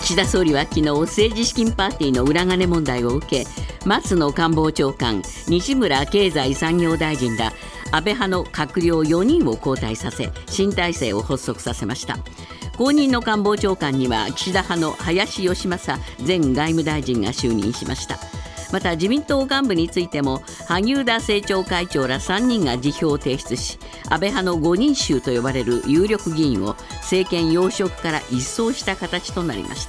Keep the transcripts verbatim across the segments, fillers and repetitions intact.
岸田総理は昨日政治資金パーティーの裏金問題を受け、松野官房長官、西村経済産業大臣ら安倍派の閣僚よにんを交代させ、新体制を発足させました。後任の官房長官には岸田派の林芳正前外務大臣が就任しました。また自民党幹部についても萩生田政調会長らさんにんが辞表を提出し、安倍派のごにん衆と呼ばれる有力議員を政権要職から一掃した形となりました。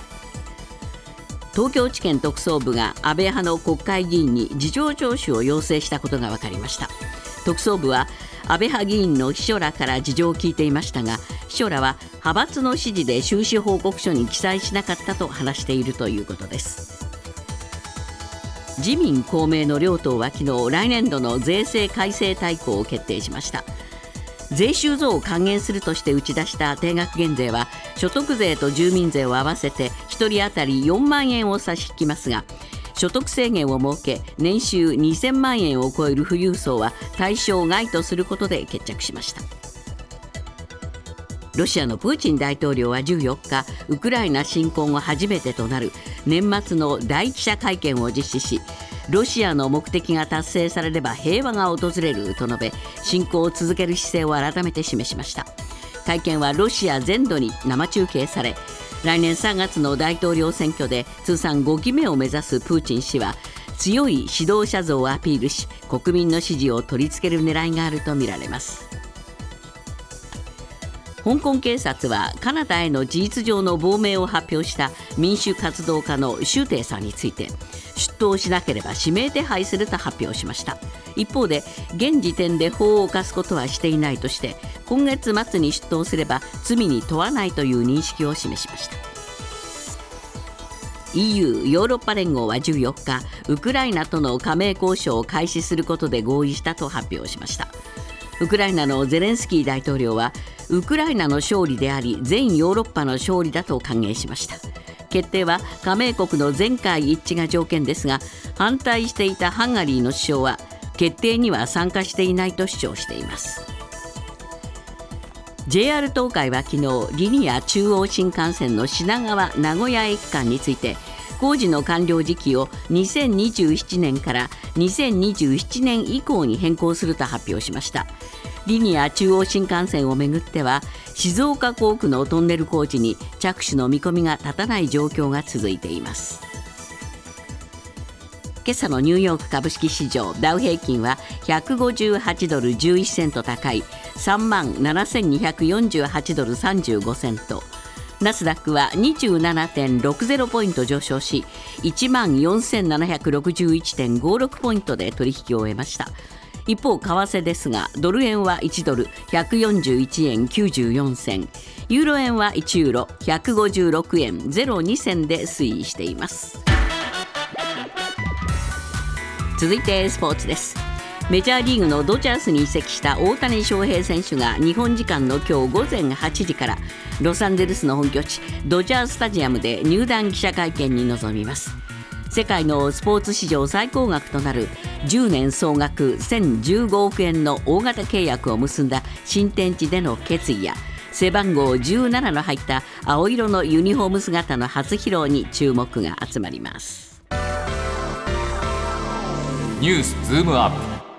東京地検特捜部が安倍派の国会議員に事情聴取を要請したことが分かりました。特捜部は安倍派議員の秘書らから事情を聞いていましたが、秘書らは派閥の指示で収支報告書に記載しなかったと話しているということです。自民公明の両党は昨日、来年度の税制改正大綱を決定しました。税収増を還元するとして打ち出した定額減税は、所得税と住民税を合わせてひとり当たりよんまんえんを差し引きますが、所得制限を設け、年収にせんまんえんを超える富裕層は対象外とすることで決着しました。ロシアのプーチン大統領はじゅうよっか、ウクライナ侵攻後初めてとなる年末の大記者会見を実施し、ロシアの目的が達成されれば平和が訪れると述べ、侵攻を続ける姿勢を改めて示しました。会見はロシア全土に生中継され、来年さんがつの大統領選挙で通算ごきめを目指すプーチン氏は強い指導者像をアピールし、国民の支持を取り付ける狙いがあるとみられます。香港警察はカナダへの事実上の亡命を発表した民主活動家の周庭さんについて、出頭しなければ指名手配すると発表しました。一方で、現時点で法を犯すことはしていないとして、今月末に出頭すれば罪に問わないという認識を示しました。 イーユー ヨーロッパ連合はじゅうよっか、ウクライナとの加盟交渉を開始することで合意したと発表しました。ウクライナのゼレンスキー大統領は、ウクライナの勝利であり全ヨーロッパの勝利だと歓迎しました。決定は加盟国の全会一致が条件ですが、反対していたハンガリーの首相は決定には参加していないと主張しています。 ジェイアール 東海は昨日、リニア中央新幹線の品川名古屋駅間について、工事の完了時期をにせんにじゅうななねんからにせんにじゅうななねん以降に変更すると発表しました。リニア中央新幹線をめぐっては、静岡工区のトンネル工事に着手の見込みが立たない状況が続いています。今朝のニューヨーク株式市場、ダウ平均はひゃくごじゅうはちドルじゅういちセント高い さんまんななせんにひゃくよんじゅうはちドルさんじゅうごセント、ナスダックは にじゅうななてんろくゼロ ポイント上昇し いちまんよんせんななひゃくろくじゅういちてんごろく ポイントで取引を終えました。一方、為替ですが、ドル円はいちドルひゃくよんじゅういちえんきゅうじゅうよんせん、ユーロ円はいちユーロひゃくごじゅうろくえんゼロに銭で推移しています。続いてスポーツです。メジャーリーグのドジャースに移籍した大谷翔平選手が日本時間の今日ごぜんはちじからロサンゼルスの本拠地ドジャースタジアムで入団記者会見に臨みます。世界のスポーツ史上最高額となるじゅうねん総額せんじゅうごおくえんの大型契約を結んだ新天地での決意や、背番号じゅうななの入った青色のユニフォーム姿の初披露に注目が集まります。 ニュースズームアップ。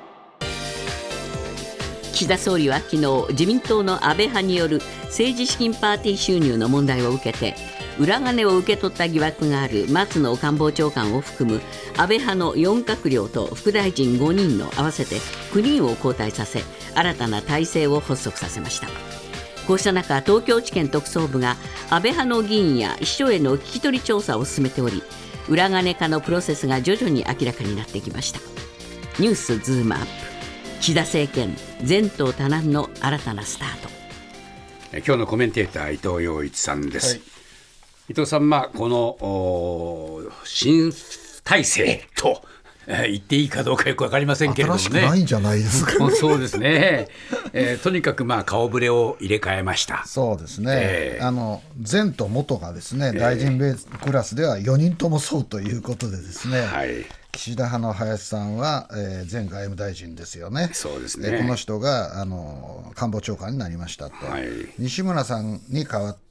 岸田総理は昨日、自民党の安倍派による政治資金パーティー収入の問題を受けて、裏金を受け取った疑惑がある松野官房長官を含む安倍派のよん閣僚と副大臣ごにんの合わせてきゅうにんを交代させ、新たな体制を発足させました。こうした中、東京地検特捜部が安倍派の議員や秘書への聞き取り調査を進めており、裏金化のプロセスが徐々に明らかになってきました。ニュースズームアップ。岸田政権前途多難の新たなスタート。 今日のコメンテーター伊藤洋一さんです、はい、伊藤さん、まあ、この新体制と言っていいかどうかよく分かりませんけれどもね、 新しくないんじゃないですかそうですね、えー、とにかくまあ顔ぶれを入れ替えました。 そうですね、 えー、 あの前と元がですね、大臣ベースクラスではよにんともそうということでですね、はい、岸田派の林さんは、えー、前外務大臣ですよね。 そうですね。 でこの人があの官房長官になりましたと、はい、西村さんに代わって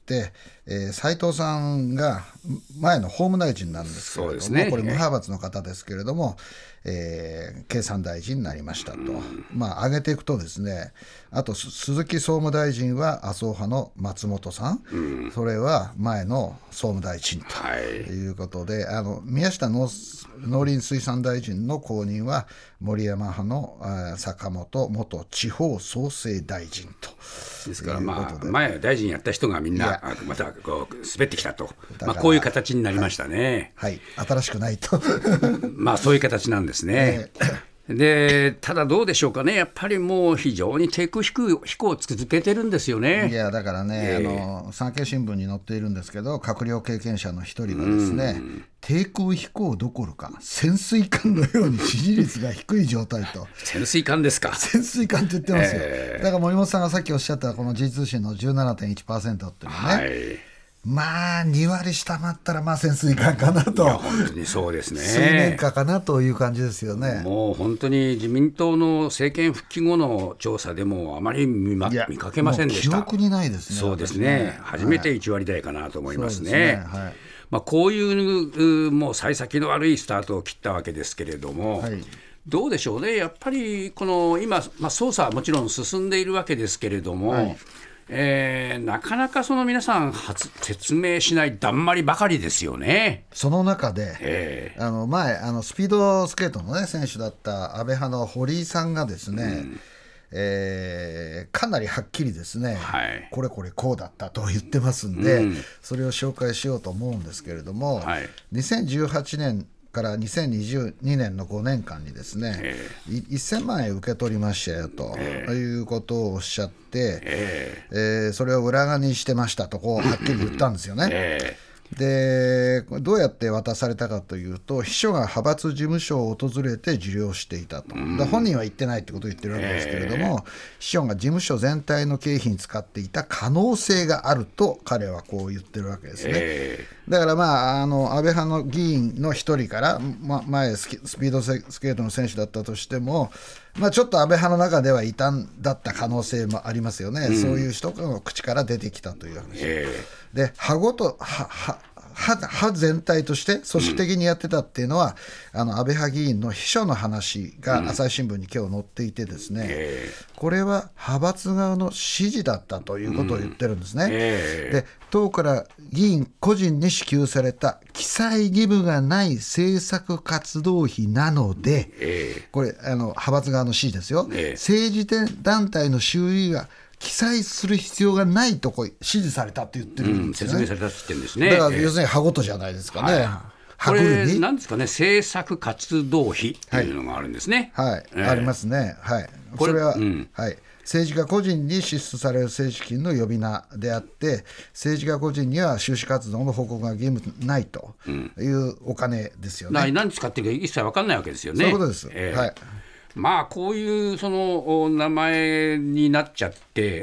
て、えー、斉藤さんが前の法務大臣なんですけれども、ね、これ無派閥の方ですけれども、えー、経産大臣になりましたと、まあ、上げていくとですね、あと鈴木総務大臣は麻生派の松本さん、うん、それは前の総務大臣ということで、はい、あの宮下農林水産大臣の後任は森山派の坂本元地方創生大臣と。 ですから、まあ、前大臣やった人がみんなまたこう滑ってきたと、まあ、こういう形になりましたね。 はい、はい、新しくないとまあそういう形なんですね。えー、でただどうでしょうかね、やっぱりもう非常に低空飛行飛行を続けてるんですよね。 いやだからね、えー、あの産経新聞に載っているんですけど、閣僚経験者の一人がですね、低空飛行どころか潜水艦のように支持率が低い状態と潜水艦ですか。 潜水艦って言ってますよ、えー、だから森本さんがさっきおっしゃったこの ジーツー シーの じゅうななてんいちパーセント っていうのはね、はい、まあに割下回ったらまあ潜水艦かなと。 いや本当にそうですね。 水面下かなという感じですよね。 もう本当に自民党の政権復帰後の調査でもあまり 見, ま見かけませんでした。 記憶にないですね。 そうですね、初めていち割台かなと思いますね。はい、そうですね、はい。まあ、こういうもう幸先の悪いスタートを切ったわけですけれども、はい、どうでしょうね、やっぱりこの今、まあ、捜査はもちろん進んでいるわけですけれども、はい、えー、なかなかその皆さん発説明しないだんまりばかりですよね。 その中で、 えー、 あの前あのスピードスケートの、ね、選手だった安倍派の堀井さんがですね、うん、えー、かなりはっきりですね、はい、これこれこうだったと言ってますんで、うん、それを紹介しようと思うんですけれども、はい、にせんじゅうはちねんからにせんにじゅうにねんのごねんかんにですね、えー、せんまんえん受け取りましたよと、えー、いうことをおっしゃって、えーえー、それを裏金にしてましたとこうはっきり言ったんですよね。えーでどうやって渡されたかというと、秘書が派閥事務所を訪れて受領していたと。だ本人は言ってないってことを言ってるわけですけれども、えー、秘書が事務所全体の経費に使っていた可能性があると彼はこう言ってるわけですね。えー、だからまあ、あの安倍派の議員の一人から、ま、前スピードスケートの選手だったとしても、まあ、ちょっと安倍派の中では異端だった可能性もありますよね。うん、そういう人の口から出てきたという話、えー、で派ごとはは派, 派全体として組織的にやってたっていうのは、うん、あの安倍派議員の秘書の話が朝日新聞に今日載っていてですね、うんえー、これは派閥側の指示だったということを言ってるんですね。うんえー、で党から議員個人に支給された記載義務がない政策活動費なので、えー、これあの派閥側の指示ですよ、えー、政治団体の収益が記載する必要がないとこう指示されたって言ってるんですよね。 うん、説明されたって言ってるんですね。 だから要するに歯ごとじゃないですかね。はい、 これなんですかね、政策活動費というのがあるんですね。 はい、はいえー、ありますね。はい。これは、うんはい、政治家個人に支出される政治金の呼び名であって、政治家個人には収支活動の報告が義務ないというお金ですよね。 うん、何使ってるか一切分かんないわけですよね。 そういうことです。えー、はい。 まあこういうその名前になっちゃって、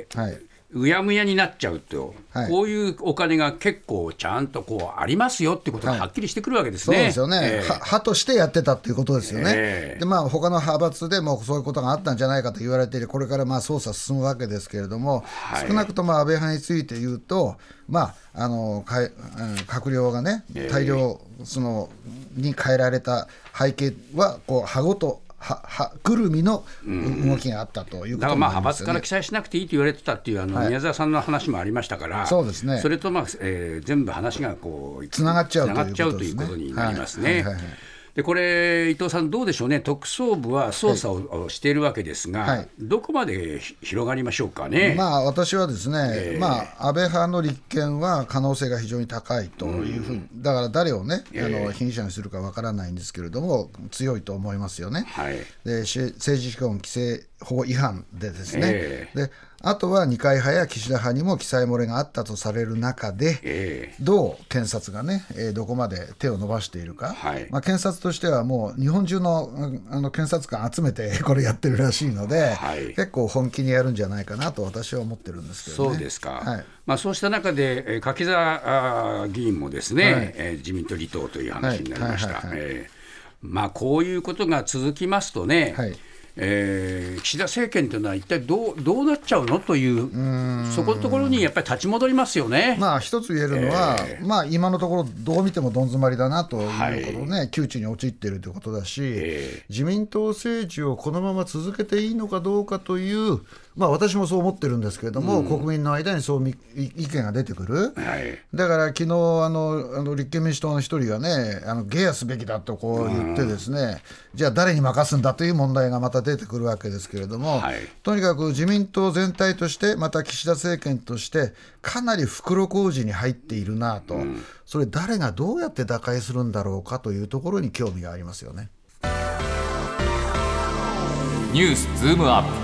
はいうやむやになっちゃうと、はい、こういうお金が結構ちゃんとこうありますよってことがはっきりしてくるわけですね。 はい、そうですよね、えー、派としてやってたっていうことですよね。えー、でまあ他の派閥でもそういうことがあったんじゃないかと言われている、これからまあ捜査進むわけですけれども、はい、少なくとも安倍派について言うと、まあ、あのかい閣僚がね大量そのに変えられた背景はこう派ごとははぐるみの動きがあったということなんですよね。だからまあ派閥から記載しなくていいと言われてたっていうあの、はい、宮沢さんの話もありましたから、 そうですね、 それと、まあえー、全部話がこうつながっちゃうということになりますね。でこれ伊藤さんどうでしょうね、特捜部は捜査をしているわけですが、はい、どこまで広がりましょうかね。 まあ、私はですね、えーまあ、安倍派の立件は可能性が非常に高いというふうに、ん、だから誰をね、えー、あの被疑者にするかわからないんですけれども強いと思いますよね。はい、で政治資本規正法違反でですね、えー、であとは二階派や岸田派にも記載漏れがあったとされる中で、えー、どう検察がね、えー、どこまで手を伸ばしているか、はいまあ、検察としてはもう日本中 の, あの検察官集めてこれやってるらしいので、はい、結構本気にやるんじゃないかなと私は思ってるんですけどね。 そうですか、はいまあ、そうした中で、えー、柿沢議員もですね、はいえー、自民党離党という話になりました。まあこういうことが続きますとね、はいえー、岸田政権というのは一体どう、どうなっちゃうのという、うそこのところにやっぱり立ち戻りますよね。 まあ、一つ言えるのは、えーまあ、今のところどう見てもどん詰まりだなということね、はい、窮地に陥っているということだし、えー、自民党政治をこのまま続けていいのかどうかという、まあ、私もそう思ってるんですけれども、うん、国民の間にそう意見が出てくる、はい、だから昨日あのあの立憲民主党の一人がね、あのゲアすべきだとこう言ってですね、うん、じゃあ誰に任すんだという問題がまた出てくるわけですけれども、はい、とにかく自民党全体としてまた岸田政権としてかなり袋小路に入っているなと、うん、それ誰がどうやって打開するんだろうかというところに興味がありますよね。 ニュースズームアップ。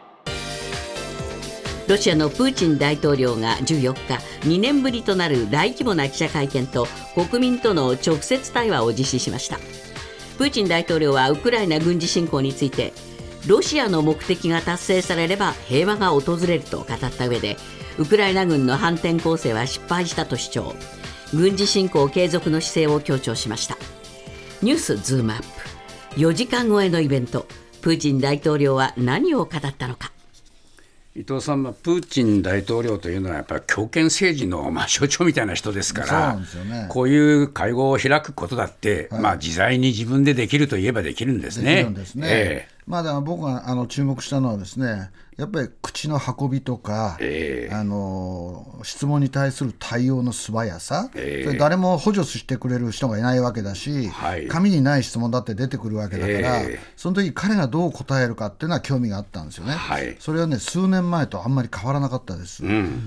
ロシアのプーチン大統領がじゅうよっか、にねんぶりとなる大規模な記者会見と国民との直接対話を実施しました。プーチン大統領はウクライナ軍事侵攻について、ロシアの目的が達成されれば平和が訪れると語った上で、ウクライナ軍の反転攻勢は失敗したと主張、軍事侵攻継続の姿勢を強調しました。ニュースズームアップ。よじかん超えのイベント、プーチン大統領は何を語ったのか。 伊藤さん、プーチン大統領というのはやっぱり強権政治のまあ象徴みたいな人ですから、そうなんですよね、こういう会合を開くことだって、はい、まあ、自在に自分でできるといえばできるんですね。 できるんですね、えーまあ、だから僕があの注目したのはですね、やっぱり口の運びとか、えー、あの質問に対する対応の素早さ、えー、それ誰も補助してくれる人がいないわけだし、はい、紙にない質問だって出てくるわけだから、えー、その時彼がどう答えるかっていうのは興味があったんですよね、はい、それはね数年前とあんまり変わらなかったです、うん、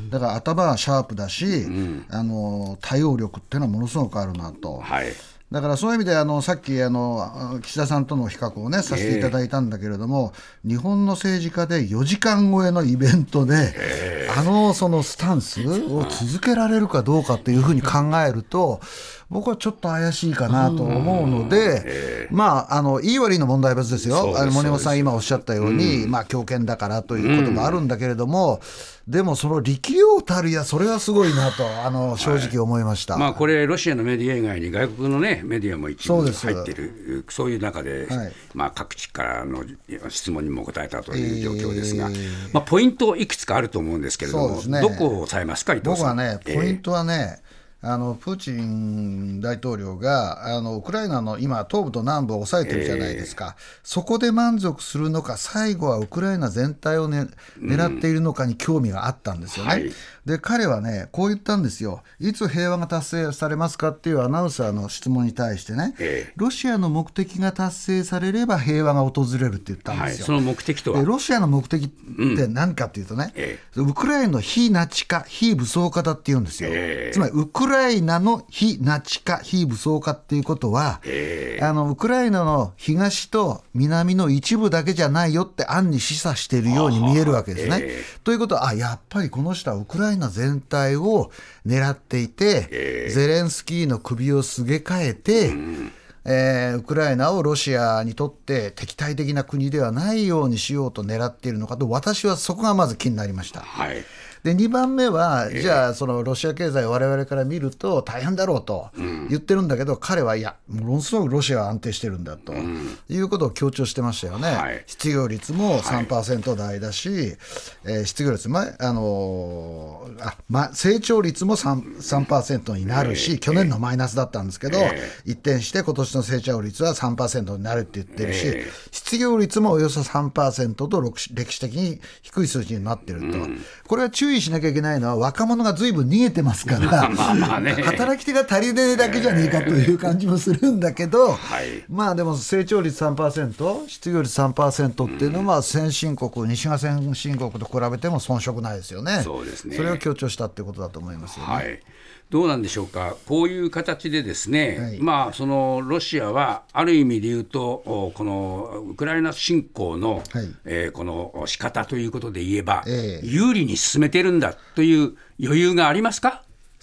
だから頭はシャープだし、うん、あの対応力っていうのはものすごくあるなと、はい、だからそういう意味であのさっきあの岸田さんとの比較をねさせていただいたんだけれども、えー、日本の政治家でよじかん超えのイベントで、えー、あのそのスタンスを続けられるかどうかっていうふうに考えると僕はちょっと怪しいかなと思うので、えー、まああのいい悪いの問題は別ですよ。ですあの森本さん今おっしゃったように、うん、まあ強権だからということもあるんだけれども、うん、でもその力量たるやそれはすごいなとあの正直思いました、 はい、まあ、これロシアのメディア以外に外国の、ね、メディアも一部入っている、そういう中で、はい、まあ、各地からの質問にも答えたという状況ですが、えーまあ、ポイントいくつかあると思うんですけれども、ね、どこを抑えますか伊藤さん。 僕はねポイントはね、えーあのプーチン大統領があのウクライナの今東部と南部を抑えてるじゃないですか、えー、そこで満足するのか最後はウクライナ全体を、ね、狙っているのかに興味があったんですよね、うんはい、で彼はねこう言ったんですよ。いつ平和が達成されますかっていうアナウンサーの質問に対してね、えー、ロシアの目的が達成されれば平和が訪れるって言ったんですよ、 はい、その目的とはでロシアの目的って何かっていうとね、うんえー、ウクライナの非ナチ化非武装化だって言うんですよ、えー、つまりウクライナウクライナの非ナチ化非武装化っていうことは、えー、あのウクライナの東と南の一部だけじゃないよって暗に示唆しているように見えるわけですね、えー、ということはあやっぱりこの人はウクライナ全体を狙っていて、えー、ゼレンスキーの首をすげ替えて、うんえー、ウクライナをロシアにとって敵対的な国ではないようにしようと狙っているのかと私はそこがまず気になりました、はいでにばんめは、えー、じゃあそのロシア経済を我々から見ると大変だろうと言ってるんだけど、うん、彼はいやものすごくロシアは安定してるんだと、うん、いうことを強調してましたよね、はい、失業率も さんパーセント 台だし、はいえー、失業率、まあのーあま、成長率も 3, さんパーセントになるし、えー、去年のマイナスだったんですけど、えー、一転して今年の成長率は さんパーセント になるって言ってるし、えー、失業率もおよそ さんパーセント と歴史的に低い数字になってると、うん、これは注意しなきゃいけないのは若者がずいぶん逃げてますからまあまあ、ね、働き手が足りねえだけじゃねえかという感じもするんだけど、はい、まあでも成長率 さんパーセント 失業率 さんパーセント っていうのは先進国西側先進国と比べても遜色ないですよね。そうですね。それを強調したってことだと思いますよね、はいどうなんでしょうか。こういう形でですね、はいまあ、そのロシアはある意味で言うとこのウクライナ侵攻の、はいえー、この仕方ということで言えば、えー、有利に進めてるんだという余裕がありますか。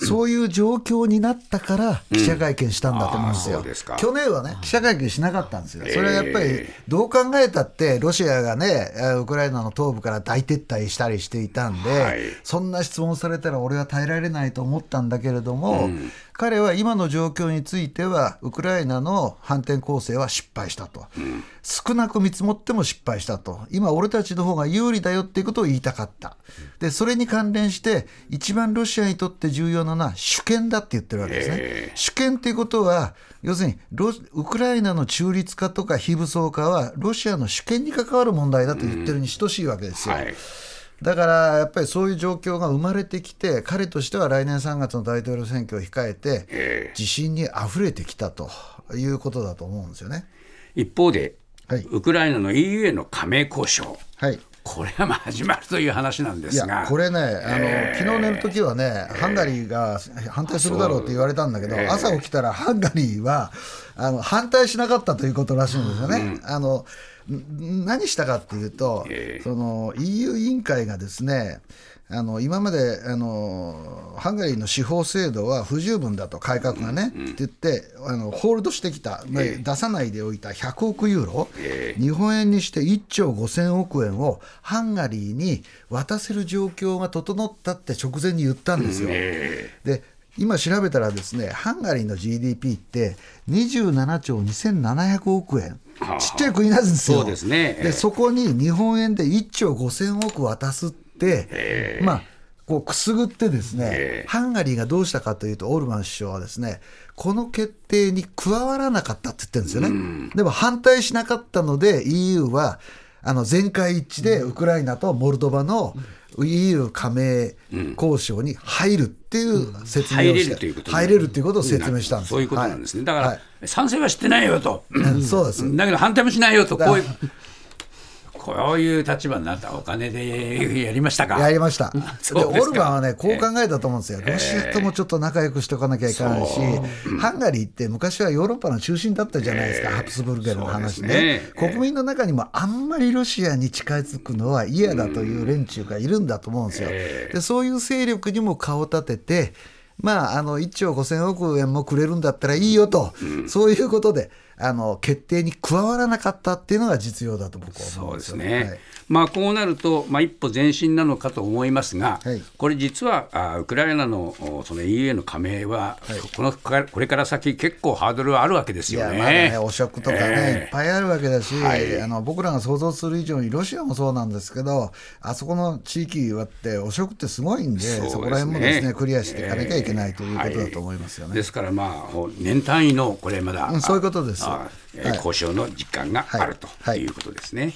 そういう状況になったから記者会見したんだと思うんですよ、うん、ですか。去年はね記者会見しなかったんですよ。それはやっぱりどう考えたってロシアがねウクライナの東部から大撤退したりしていたんで、はい、そんな質問されたら俺は耐えられないと思ったんだけれども、うん、彼は今の状況についてはウクライナの反転攻勢は失敗したと、うん、少なく見積もっても失敗したと、今俺たちの方が有利だよっていうことを言いたかった。でそれに関連して一番ロシアにとって重要なのは主権だって言ってるわけですね、えー、主権っていうことは要するにロウクライナの中立化とか非武装化はロシアの主権に関わる問題だと言ってるに等しいわけですよ、うんはい、だからやっぱりそういう状況が生まれてきて、彼としては来年さんがつの大統領選挙を控えて自信にあふれてきたということだと思うんですよね。 一方で、はい、ウクライナの イーユー への加盟交渉、はい、これはまあ始まるという話なんですが、 いやこれね、あの、えー、昨日寝るときはね、ハンガリーが反対するだろうって言われたんだけど、えー、朝起きたらハンガリーはあの反対しなかったということらしいんですよね、うん、あの何したかっていうと、えー、その イーユー 委員会がですね、あの今まであのハンガリーの司法制度は不十分だと、改革がね、うんうん、って言ってあのホールドしてきた、まあえー、出さないでおいたひゃくおくユーロ、えー、日本円にしていっちょうごせんおくえんをハンガリーに渡せる状況が整ったって直前に言ったんですよ、えー、で今調べたらですね、ハンガリーの ジーディーピー ってにじゅうななちょうにせんななひゃくおくえん、ちっちゃい国なんですよ。 そうですね、 でそこに日本円でいっちょうごせんおく渡すって、まあこうくすぐってですね、ハンガリーがどうしたかというと、オルバン首相はですね、この決定に加わらなかったって言ってるんですよね、うん、でも反対しなかったので イーユー はあの全会一致でウクライナとモルドバの イーユー 加盟交渉に入るっていう説明をして、うん、入れるということを説明したんです。 そういうことなんですね、はい、だから、はい、賛成はしてないよと、 うん、そうです。 だけど反対もしないよと、こういうこういう立場になった。お金でやりましたか。 やりましたでオルバンはねこう考えたと思うんですよ、ロシアともちょっと仲良くしておかなきゃいけないし、ハンガリーって昔はヨーロッパの中心だったじゃないですか、えー、ハプスブルゲルの話 ね, ね国民の中にもあんまりロシアに近づくのは嫌だという連中がいるんだと思うんですよ、えー、でそういう勢力にも顔を立てて、まあ、あのいっちょうごせんおくえんもくれるんだったらいいよと、うん、そういうことであの決定に加わらなかったっていうのが実用だと僕は思うんですよね。 そうですね、はい、まあ、こうなると、まあ、一歩前進なのかと思いますが、はい、これ実はあウクライナ の, その イーユー への加盟は、はい、こ, のこれから先結構ハードルはあるわけですよね。 いやまだね汚職とかね、えー、いっぱいあるわけだし、はい、あの僕らが想像する以上にロシアもそうなんですけど、あそこの地域はって汚職ってすごいん で, そ, で、ね、そこら辺もですねクリアしていかなきゃいけない、えー、ということだと思いますよね、はい、 ですからまあ年単位のこれまだ、 うん、そういうことです。 えー、交渉の実感があるということですね、はいはい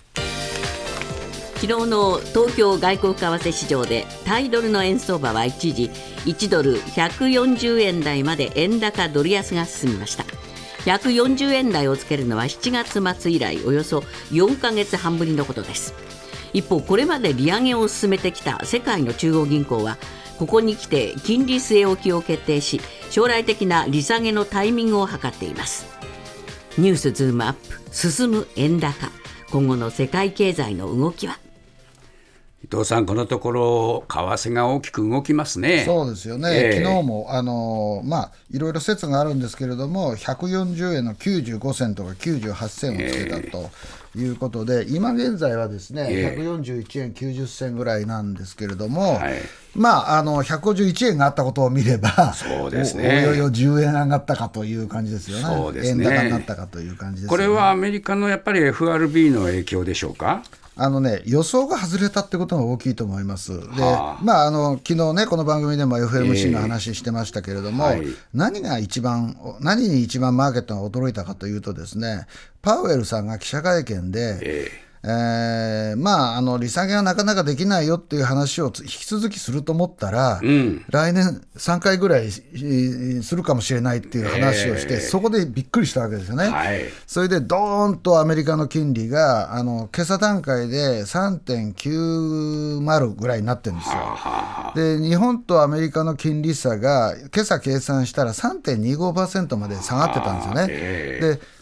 昨日の東京外国為替市場で対ドルの円相場は一時いちドルひゃくよんじゅうえん台まで円高ドル安が進みました。ひゃくよんじゅうえん台をつけるのはしちがつまつ以来およそよんかげつはんぶりのことです。一方これまで利上げを進めてきた世界の中央銀行はここに来て金利据え置きを決定し、将来的な利下げのタイミングを図っています。ニュースズームアップ、進む円高、今後の世界経済の動きは。 伊藤さん、このところ為替が大きく動きますね。 そうですよね、えー、昨日もあの、まあ、いろいろ説があるんですけれども、ひゃくよんじゅうえんのきゅうじゅうごセントがきゅうじゅうはちせんをつけたということで、えー、今現在はですね、えー、ひゃくよんじゅういちえんきゅうじゅっせんぐらいなんですけれども、はい、まあ、あのひゃくごじゅういちえんがあったことを見れば、 そうですね、 お, およよじゅうえん上がったかという感じですよね。 そうですね、 円高になったかという感じですよね。 これはアメリカのやっぱり エフアールビー の影響でしょうか。 あのね、予想が外れたってことが大きいと思います。で、はあまあ、あの昨日ねこの番組でも エフエムシー の話してましたけれども、えーはい、何が一番何に一番マーケットが驚いたかというとですね、パウエルさんが記者会見で、えーえーまあ、あの利下げはなかなかできないよっていう話を引き続きすると思ったら、うん、来年さんかいぐらいするかもしれないっていう話をして、えー、そこでびっくりしたわけですよね、はい、それでドーンとアメリカの金利があの今朝段階で さんてんきゅうまる ぐらいになってるんですよ。で日本とアメリカの金利差が今朝計算したら さんてんにごパーセント まで下がってたんですよね。えー、で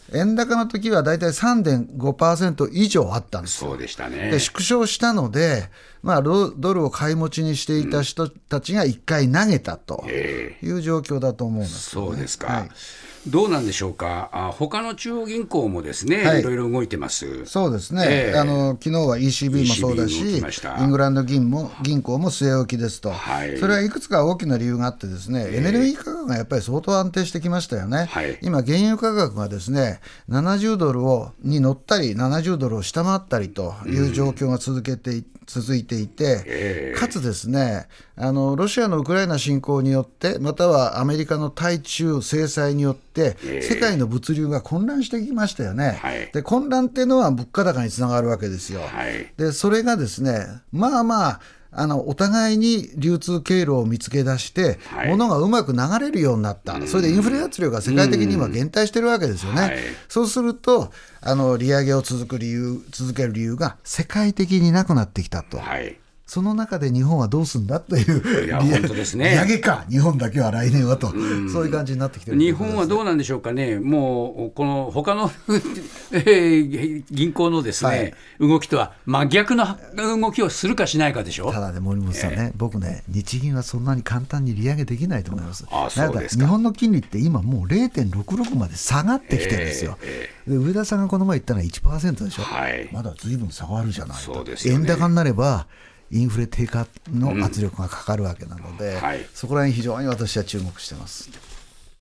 円高の時はだいたい さんてんごパーセント 以上あったんですよ。 そうでしたね。 で縮小したので、まあ、ドルを買い持ちにしていた人たちがいっかい投げたという状況だと思うんです、 ね、そうですか、 はい、 どうなんでしょうか。あ他の中央銀行もですね、はい、いろいろ動いてます。 そうですね、えー、あの昨日は イーシービー もそうだし、イングランド銀も銀行も据え置きですと、はい、それはいくつか大きな理由があってですね、エネルギー価格がやっぱり相当安定してきましたよね、はい、今原油価格がですねななじゅうドルをに乗ったりななじゅうドルを下回ったりという状況が続けていて、続いていて、えー、かつですねあのロシアのウクライナ侵攻によってまたはアメリカの対中制裁によって、えー、世界の物流が混乱してきましたよね、はい、で混乱っていうのは物価高につながるわけですよ、はい、でそれがですねまあまああのお互いに流通経路を見つけ出して、はい、物がうまく流れるようになった、うん、それでインフレ圧力が世界的に今減退してるわけですよね、はい、そうするとあの利上げを続く理由続ける理由が世界的になくなってきたと、はい、その中で日本はどうするんだという、 いや本当ですね、 利上げか日本だけは来年はと、うん、そういう感じになってきてる、ね、 日本はどうなんでしょうかね。もうこの他の銀行のですね、はい、動きとは真逆の動きをするかしないかでしょ。 ただね森本さんね、えー、僕ね日銀はそんなに簡単に利上げできないと思います。 あ、そうですか。 なんか日本の金利って今もう れいてんろくろく まで下がってきてるんですよ、えーえー、で上田さんがこの前言ったのは いちパーセント でしょ、はい、まだ随分下がるじゃないと。そうですよね。円高になればインフレ低下の圧力がかかるわけなので、うんはい、そこら辺非常に私は注目してます。